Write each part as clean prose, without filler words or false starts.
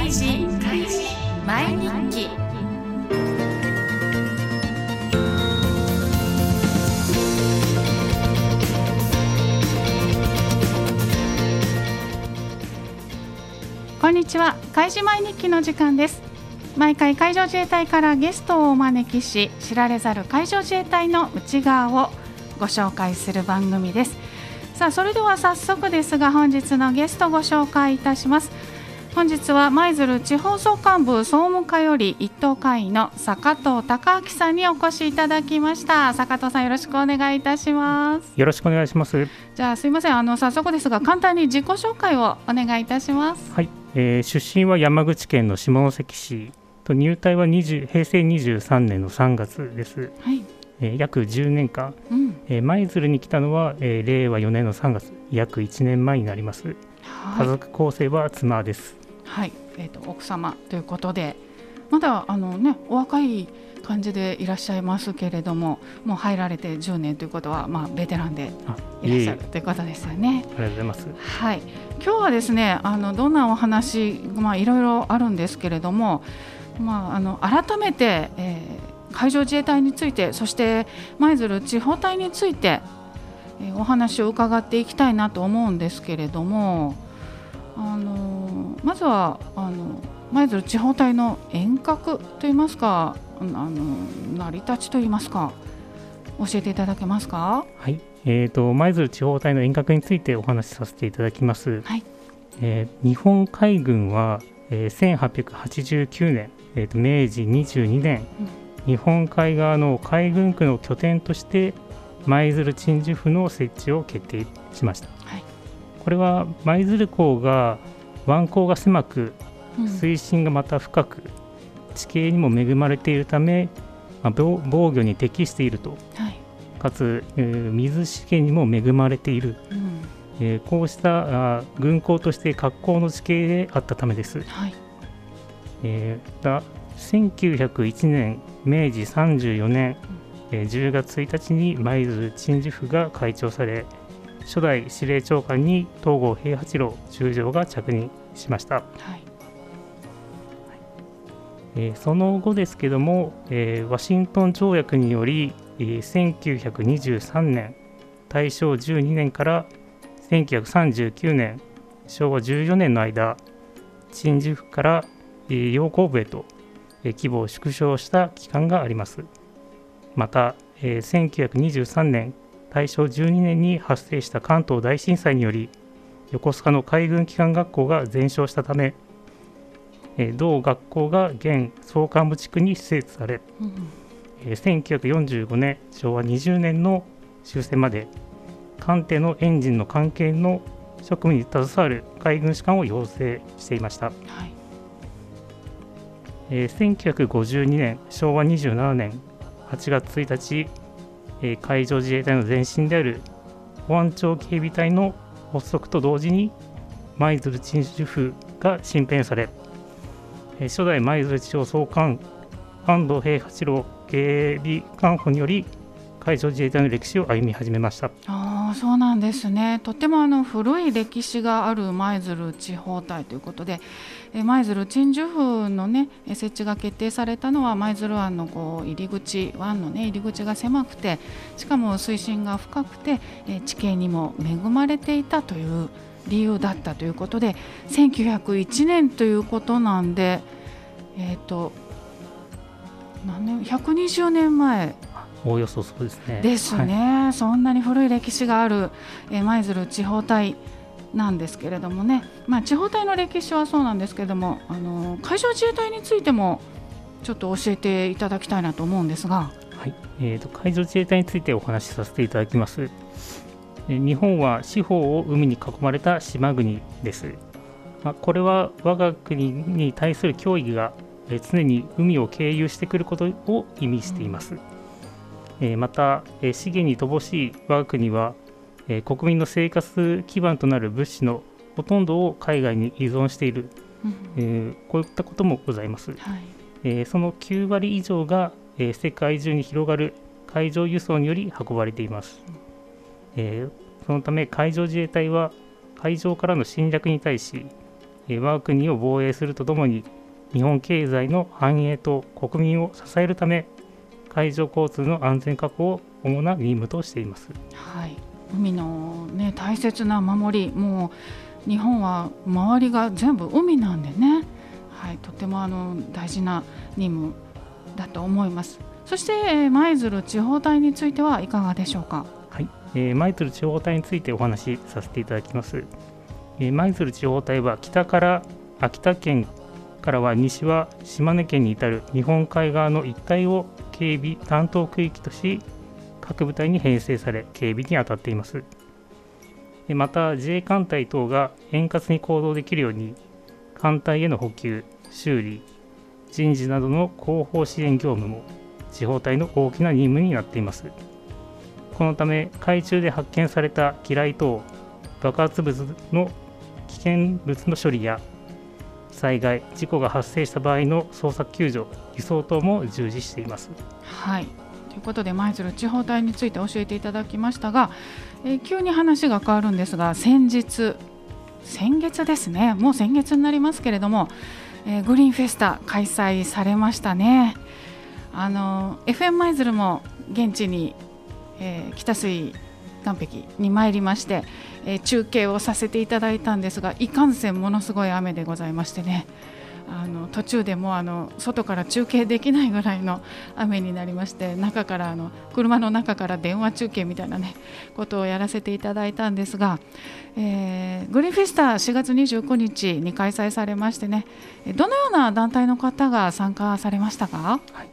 開示毎日記。こんにちは。開示毎日記の時間です。毎回海上自衛隊からゲストをお招きし、知られざる海上自衛隊の内側をご紹介する番組です。さあ、それでは早速ですが、本日のゲストをご紹介いたします。本日は舞鶴地方総監部総務課より一等課員の坂東孝明さんにお越しいただきました。坂東さん、よろしくお願いいたします。 よろしくお願いします。 じゃあすいません、早速ですが簡単に自己紹介をお願いいたします。 はい、出身は山口県の下関市と、入隊は平成23年の3月です。 はい。 約10年間、舞鶴に来たのは、令和4年の3月、約1年前になります。家族構成は妻です。 はい、奥様ということで、まだお若い感じでいらっしゃいますけれども、もう入られて10年ということは、ベテランでいらっしゃるということですよね。 ありがとうございます。 はい、今日はですね、どんなお話、いろいろあるんですけれども、改めて、海上自衛隊について、そして舞鶴地方隊について、お話を伺っていきたいなと思うんですけれども、まずは舞鶴地方隊の遠隔といいますか、成り立ちといいますか、教えていただけますか。 はい、舞鶴地方隊の遠隔についてお話しさせていただきます。 はい。 日本海軍は、1889年、明治22年、日本海側の海軍区の拠点として舞鶴鎮守府の設置を決定しました。 はい。 これは舞鶴港が湾口が狭く、水深がまた深く、地形にも恵まれているため、防御に適していると、はい、かつ、水資源にも恵まれている、こうした軍港として格好の地形であったためです。はい。1901年明治34年、10月1日に舞鶴鎮守府が開庁され、初代司令長官に東郷平八郎中将が着任しました。はい。その後ですけども、ワシントン条約により、1923年大正12年から1939年昭和14年の間、鎮守府から陽江部へと規模を縮小した期間があります。また、1923年大正12年に発生した関東大震災により、横須賀の海軍機関学校が全焼したため、同学校が現総監部地区に施設され、1945年昭和20年の終戦まで艦艇のエンジンの関係の職務に携わる海軍士官を養成していました。はい。1952年昭和27年8月1日、海上自衛隊の前身である保安庁警備隊の発足と同時に舞鶴鎮守府が新編され、初代舞鶴地方総監安藤平八郎警備官補により海上自衛隊の歴史を歩み始めました。 そうなんですね。とても古い歴史がある舞鶴地方隊ということで、舞鶴鎮守府の、設置が決定されたのは、舞鶴湾の入り口が狭くて、しかも水深が深くて、地形にも恵まれていたという理由だったということで、1901年ということなんで、何年、120年前おおよそそうですね。 ですね。はい。そんなに古い歴史がある舞鶴地方隊なんですけれどもね、地方隊の歴史はそうなんですけれども、海上自衛隊についてもちょっと教えていただきたいなと思うんですが。 はい。海上自衛隊についてお話しさせていただきます。日本は四方を海に囲まれた島国です。これは我が国に対する脅威が常に海を経由してくることを意味しています。また、資源に乏しい我が国は、国民の生活基盤となる物資のほとんどを海外に依存している、こういったこともございます。はい。その9割以上が、世界中に広がる海上輸送により運ばれています。そのため海上自衛隊は海上からの侵略に対し我が国を防衛するとともに日本経済の繁栄と国民を支えるため海上交通の安全確保を主な任務としています。 はい、海の、ね、大切な守り、もう日本は周りが全部海なんでね、はい、とても大事な任務だと思います。そして舞鶴地方隊についてはいかがでしょうか。 はい、舞鶴地方隊についてお話しさせていただきます。舞鶴地方隊は北から秋田県からは西は島根県に至る日本海側の一帯を警備担当区域とし各部隊に編成され警備に当たっています。また自衛艦隊等が円滑に行動できるように艦隊への補給、修理、人事などの後方支援業務も地方隊の大きな任務になっています。このため海中で発見された機雷等爆発物の危険物の処理や災害・事故が発生した場合の捜索救助・輸送等も従事しています。 はい、ということで舞鶴地方隊について教えていただきましたが、急に話が変わるんですが、先月ですね、もう先月になりますけれども、グリーンフェスタ開催されましたね。FM 舞鶴も現地に、北水岸壁に参りまして、中継をさせていただいたんですが、いかんせんものすごい雨でございましてね、途中でも外から中継できないぐらいの雨になりまして、中から車の中から電話中継みたいなねことをやらせていただいたんですが、グリーンフェスタ4月29日に開催されましてね、どのような団体の方が参加されましたか。 はい、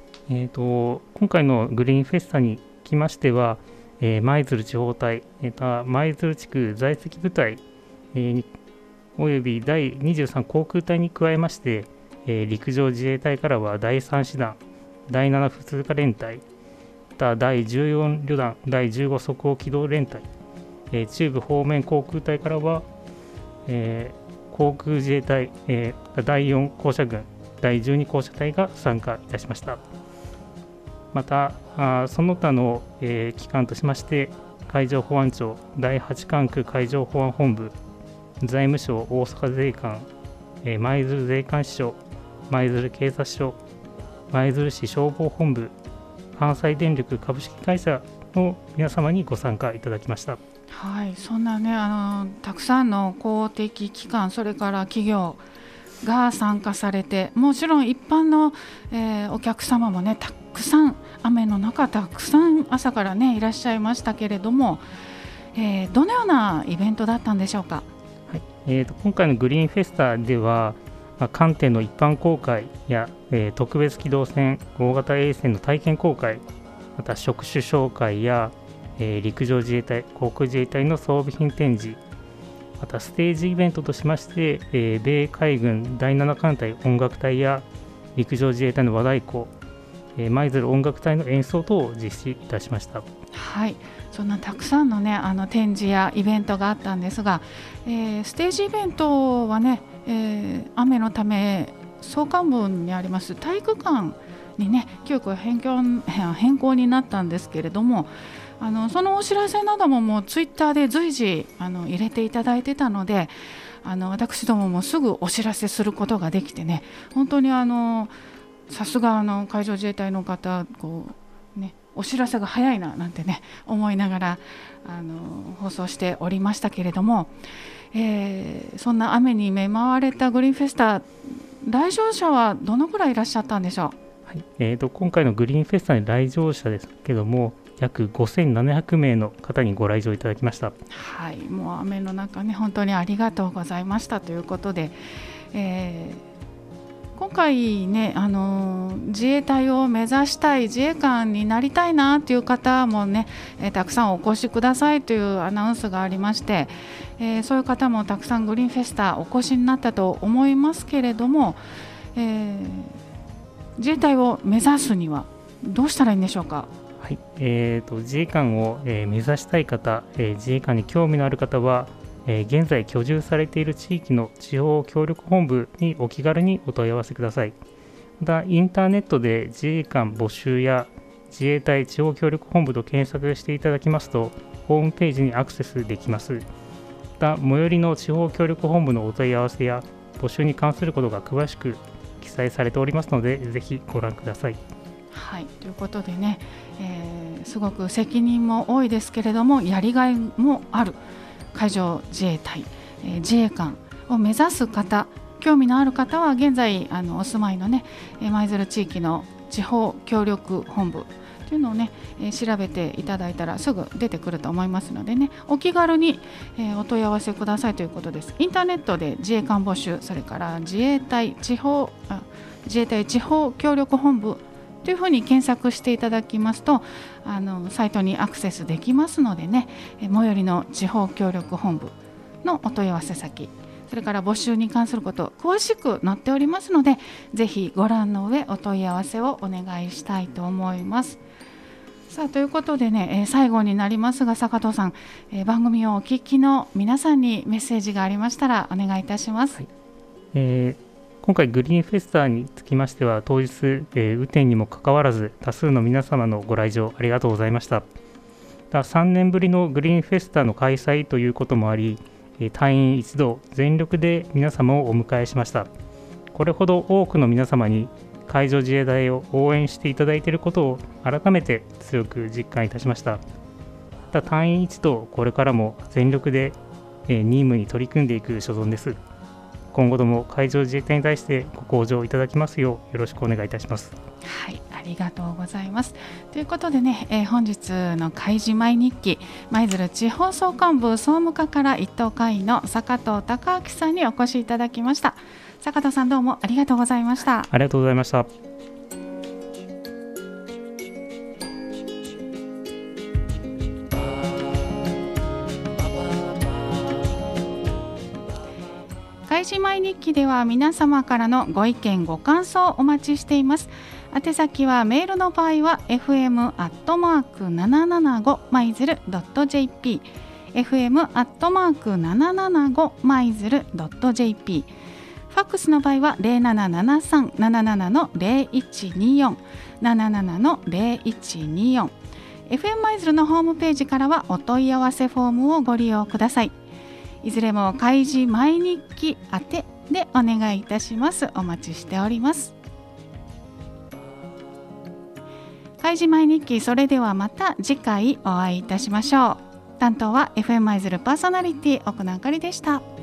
今回のグリーンフェスタにきましては、舞鶴地方隊、舞鶴地区在籍部隊、および第23航空隊に加えまして、陸上自衛隊からは第3師団、第7普通科連隊、また第14旅団、第15即応機動連隊、中部方面航空隊からは、航空自衛隊、第4降車軍、第12降車隊が参加いたしました。またその他の、機関としまして海上保安庁第8管区海上保安本部、財務省大阪税関、舞鶴税関支署、舞鶴警察署、舞鶴市消防本部、関西電力株式会社の皆様にご参加いただきました。 はい、そんなねたくさんの公的機関、それから企業が参加されて、もちろん一般の、お客様もねたくさん雨の中たくさん朝からねいらっしゃいましたけれども、どのようなイベントだったんでしょうか。 はい、今回のグリーンフェスタでは、艦艇の一般公開や、特別機動船大型衛星の体験公開、また職種紹介や、陸上自衛隊航空自衛隊の装備品展示、またステージイベントとしまして、米海軍第7艦隊音楽隊や陸上自衛隊の和太鼓、舞鶴音楽隊の演奏等を実施いたしました。 はい、そんなたくさんのね展示やイベントがあったんですが、ステージイベントはね、雨のため総監部にあります体育館にね急遽変更になったんですけれども、そのお知らせなどももうツイッターで随時入れていただいてたので、私どももすぐお知らせすることができてね、本当にさすが海上自衛隊の方お知らせが早いななんてね思いながら放送しておりましたけれども、そんな雨に見舞われたグリーンフェスタ、来場者はどのくらいいらっしゃったんでしょう。 はい、今回のグリーンフェスタに来場者ですけども、約5700名の方にご来場いただきました。 はい、もう雨の中ね本当にありがとうございましたということで、今回ね自衛隊を目指したい、自衛官になりたいなという方もね、たくさんお越しくださいというアナウンスがありまして、そういう方もたくさんグリーンフェスタお越しになったと思いますけれども、自衛隊を目指すにはどうしたらいいんでしょうか。 はい、自衛官を、目指したい方、自衛官に興味のある方は、現在居住されている地域の地方協力本部にお気軽にお問い合わせください。またインターネットで自衛官募集や自衛隊地方協力本部と検索していただきますとホームページにアクセスできます。また最寄りの地方協力本部のお問い合わせや募集に関することが詳しく記載されておりますので、ぜひご覧ください。 はい、ということでね、すごく責任も多いですけれども、やりがいもある海上自衛隊、自衛官を目指す方、興味のある方は現在お住まいのね舞鶴地域の地方協力本部というのをね、調べていただいたらすぐ出てくると思いますのでね、お気軽に、お問い合わせくださいということです。インターネットで自衛官募集、それから自衛隊地方協力本部というふうに検索していただきますと、サイトにアクセスできますのでね、最寄りの地方協力本部のお問い合わせ先、それから募集に関すること詳しく載っておりますので、ぜひご覧の上お問い合わせをお願いしたいと思います。さあということでね、最後になりますが坂東さん、番組をお聞きの皆さんにメッセージがありましたらお願いいたします。 はい、今回グリーンフェスタにつきましては当日、雨天にもかかわらず多数の皆様のご来場ありがとうございました。3年ぶりのグリーンフェスタの開催ということもあり、隊員一同全力で皆様をお迎えしました。これほど多くの皆様に海上自衛隊を応援していただいていることを改めて強く実感いたしました。隊員一同これからも全力で任務に取り組んでいく所存です。今後とも海上自衛隊に対してご向上いただきますようよろしくお願いいたします。 はい、ありがとうございます。ということでね、本日の海事舞日記、舞鶴地方総監部総務課から一等課員の坂東孝明さんにお越しいただきました。坂東さん、どうもありがとうございました。 ありがとうございました。 海事舞日記では皆様からのご意見ご感想をお待ちしています。宛先はメールの場合は fm@775 舞鶴 .jp fm@775 舞鶴 .jp、 ファックスの場合は 0773-77-0124 77-0124、 FM 舞鶴のホームページからはお問い合わせフォームをご利用ください。いずれも海事舞日記宛てでお願いいたします。お待ちしております。海事舞日記、それではまた次回お会いいたしましょう。担当は FM 舞鶴パーソナリティ奥野あかりでした。